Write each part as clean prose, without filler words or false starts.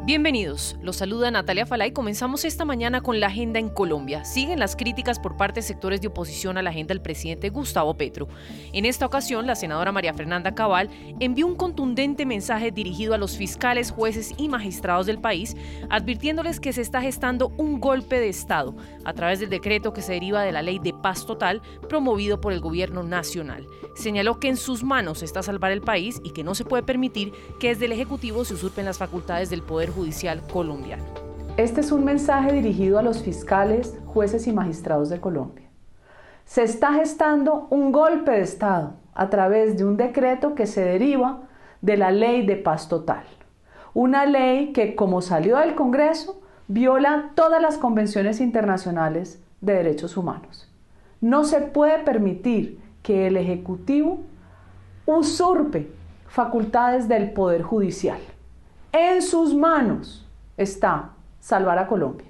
Bienvenidos, los saluda Natalia Falay. Comenzamos esta mañana con la agenda en Colombia. Siguen las críticas por parte de sectores de oposición a la agenda del presidente Gustavo Petro. En esta ocasión, la senadora María Fernanda Cabal envió un contundente mensaje dirigido a los fiscales, jueces y magistrados del país, advirtiéndoles que se está gestando un golpe de Estado a través del decreto que se deriva de la Ley de Paz Total promovido por el gobierno nacional. Señaló que en sus manos está salvar el país y que no se puede permitir que desde el Ejecutivo se usurpen las facultades del Poder Judicial colombiano. Este es un mensaje dirigido a los fiscales, jueces y magistrados de Colombia. Se está gestando un golpe de Estado a través de un decreto que se deriva de la Ley de Paz Total. Una ley que, como salió del Congreso, viola todas las convenciones internacionales de derechos humanos. No se puede permitir que el Ejecutivo usurpe facultades del Poder Judicial. En sus manos está salvar a Colombia.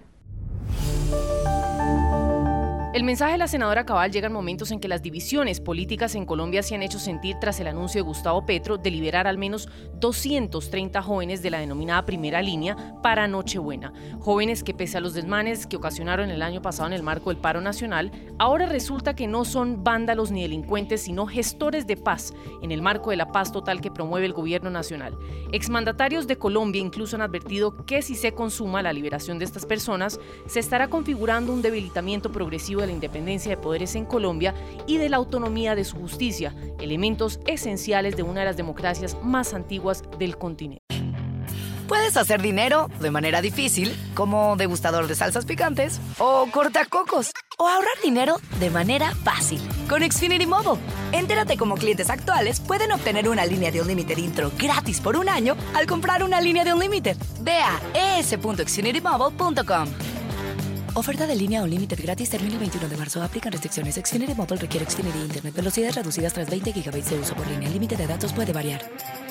El mensaje de la senadora Cabal llega en momentos en que las divisiones políticas en Colombia se han hecho sentir tras el anuncio de Gustavo Petro de liberar al menos 230 jóvenes de la denominada primera línea para Nochebuena. Jóvenes que, pese a los desmanes que ocasionaron el año pasado en el marco del paro nacional, ahora resulta que no son vándalos ni delincuentes, sino gestores de paz en el marco de la paz total que promueve el gobierno nacional. Exmandatarios de Colombia incluso han advertido que si se consuma la liberación de estas personas, se estará configurando un debilitamiento progresivo de la independencia de poderes en Colombia y de la autonomía de su justicia, elementos esenciales de una de las democracias más antiguas del continente. Puedes hacer dinero de manera difícil, como degustador de salsas picantes, o cortacocos, o ahorrar dinero de manera fácil con Xfinity Mobile. Entérate cómo clientes actuales pueden obtener una línea de Unlimited intro gratis por un año al comprar una línea de Unlimited. Ve a es.xfinitymobile.com. Oferta de línea Unlimited gratis termina el 21 de marzo. Aplican restricciones. Xfinity Mobile requiere Xfinity Internet. Velocidades reducidas tras 20 GB de uso por línea. El límite de datos puede variar.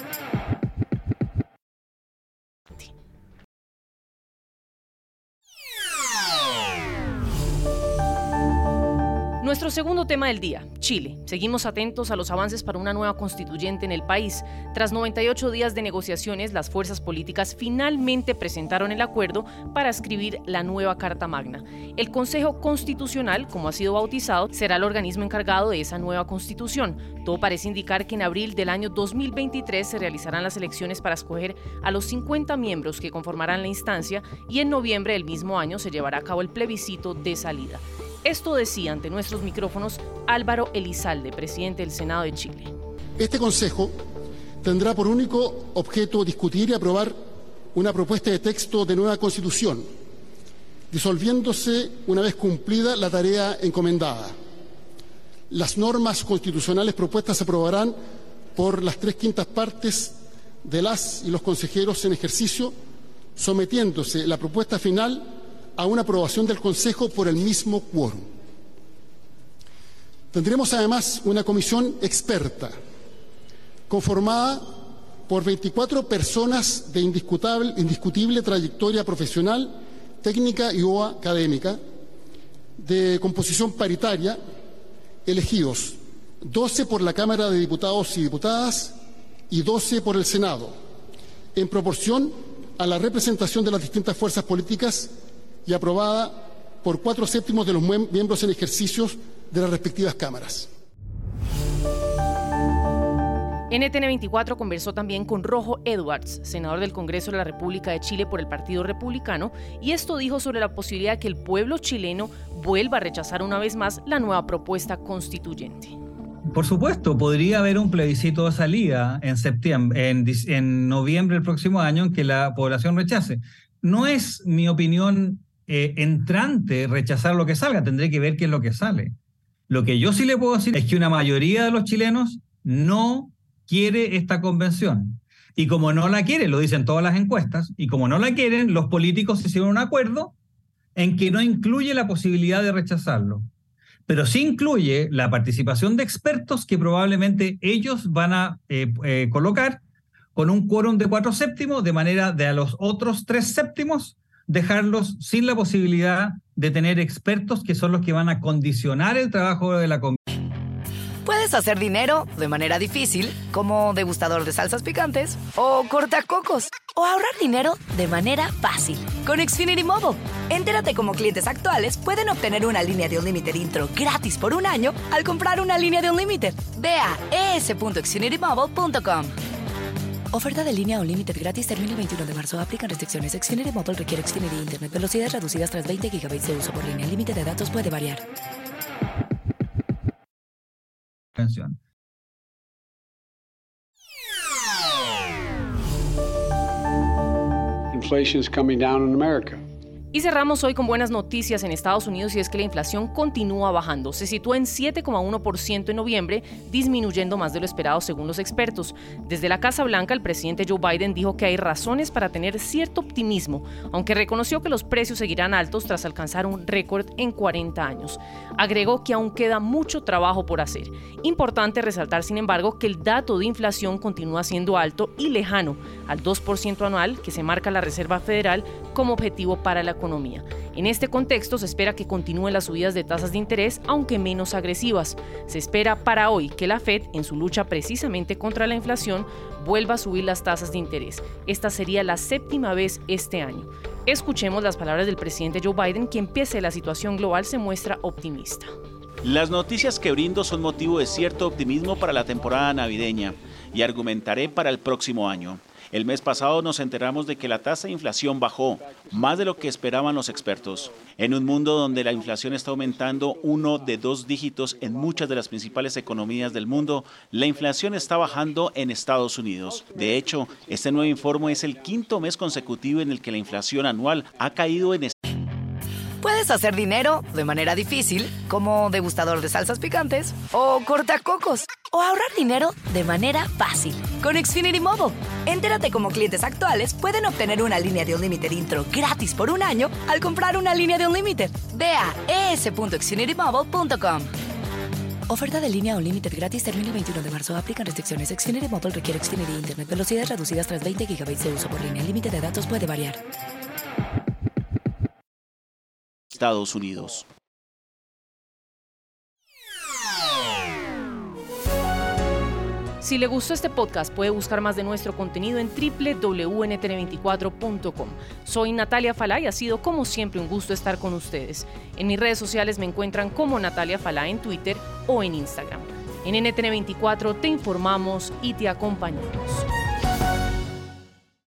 Nuestro segundo tema del día, Chile. Seguimos atentos a los avances para una nueva constituyente en el país. Tras 98 días de negociaciones, las fuerzas políticas finalmente presentaron el acuerdo para escribir la nueva Carta Magna. El Consejo Constitucional, como ha sido bautizado, será el organismo encargado de esa nueva constitución. Todo parece indicar que en abril del año 2023 se realizarán las elecciones para escoger a los 50 miembros que conformarán la instancia y en noviembre del mismo año se llevará a cabo el plebiscito de salida. Esto decía ante nuestros micrófonos Álvaro Elizalde, presidente del Senado de Chile. Este Consejo tendrá por único objeto discutir y aprobar una propuesta de texto de nueva Constitución, disolviéndose una vez cumplida la tarea encomendada. Las normas constitucionales propuestas se aprobarán por las 3/5 partes de las y los consejeros en ejercicio, sometiéndose la propuesta final a una aprobación del Consejo por el mismo quórum. Tendremos además una comisión experta conformada por 24 personas de indiscutible trayectoria profesional, técnica y o académica, de composición paritaria, elegidos 12 por la Cámara de Diputados y Diputadas y 12 por el Senado, en proporción a la representación de las distintas fuerzas políticas y aprobada por 4/7 de los miembros en ejercicios de las respectivas cámaras. NTN 24 conversó también con Rojo Edwards, senador del Congreso de la República de Chile por el Partido Republicano, y esto dijo sobre la posibilidad de que el pueblo chileno vuelva a rechazar una vez más la nueva propuesta constituyente. Por supuesto, podría haber un plebiscito de salida en noviembre del próximo año en que la población rechace. No es mi opinión entrante rechazar lo que salga, tendré que ver qué es lo que sale. Lo que yo sí le puedo decir es que una mayoría de los chilenos no quiere esta convención. Y como no la quiere, lo dicen todas las encuestas, y como no la quieren, los políticos hicieron un acuerdo en que no incluye la posibilidad de rechazarlo. Pero sí incluye la participación de expertos que probablemente ellos van a colocar con un quórum de 4/7, de manera de a los otros 3/7 dejarlos sin la posibilidad de tener expertos que son los que van a condicionar el trabajo de la comisión. Puedes hacer dinero de manera difícil, como degustador de salsas picantes, o cortacocos, o ahorrar dinero de manera fácil con Xfinity Mobile. Entérate cómo clientes actuales pueden obtener una línea de Unlimited intro gratis por un año al comprar una línea de Unlimited. Ve a es.xfinitymobile.com. Oferta de línea Unlimited gratis termina el 21 de marzo. Aplican restricciones. Xfinity Mobile requiere Xfinity Internet. Velocidades reducidas tras 20 GB de uso por línea. El límite de datos puede variar. Inflation is coming down in America. Y cerramos hoy con buenas noticias en Estados Unidos y es que la inflación continúa bajando. Se sitúa en 7,1% en noviembre, disminuyendo más de lo esperado según los expertos. Desde la Casa Blanca, el presidente Joe Biden dijo que hay razones para tener cierto optimismo, aunque reconoció que los precios seguirán altos tras alcanzar un récord en 40 años. Agregó que aún queda mucho trabajo por hacer. Importante resaltar, sin embargo, que el dato de inflación continúa siendo alto y lejano al 2% anual que se marca la Reserva Federal como objetivo para la economía. En este contexto se espera que continúen las subidas de tasas de interés, aunque menos agresivas. Se espera para hoy que la Fed, en su lucha precisamente contra la inflación, vuelva a subir las tasas de interés. Esta sería la 7ª vez este año. Escuchemos las palabras del presidente Joe Biden, quien pese a la situación global se muestra optimista. Las noticias que brindo son motivo de cierto optimismo para la temporada navideña y argumentaré para el próximo año. El mes pasado nos enteramos de que la tasa de inflación bajó, más de lo que esperaban los expertos. En un mundo donde la inflación está aumentando uno de 2 dígitos en muchas de las principales economías del mundo, la inflación está bajando en Estados Unidos. De hecho, este nuevo informe es el 5º mes consecutivo en el que la inflación anual ha caído en Puedes hacer dinero de manera difícil, como degustador de salsas picantes, o cortacocos, o ahorrar dinero de manera fácil con Xfinity Mobile. Entérate cómo clientes actuales pueden obtener una línea de Unlimited intro gratis por un año al comprar una línea de Unlimited. Ve a es.xfinitymobile.com. Oferta de línea Unlimited gratis termina el 21 de marzo. Aplican restricciones. Xfinity Mobile requiere Xfinity Internet. Velocidades reducidas tras 20 GB de uso por línea. El límite de datos puede variar. Estados Unidos. Si le gustó este podcast, puede buscar más de nuestro contenido en www.ntn24.com. Soy Natalia Falá y ha sido como siempre un gusto estar con ustedes. En mis redes sociales me encuentran como Natalia Falá en Twitter o en Instagram. En NTN24 te informamos y te acompañamos.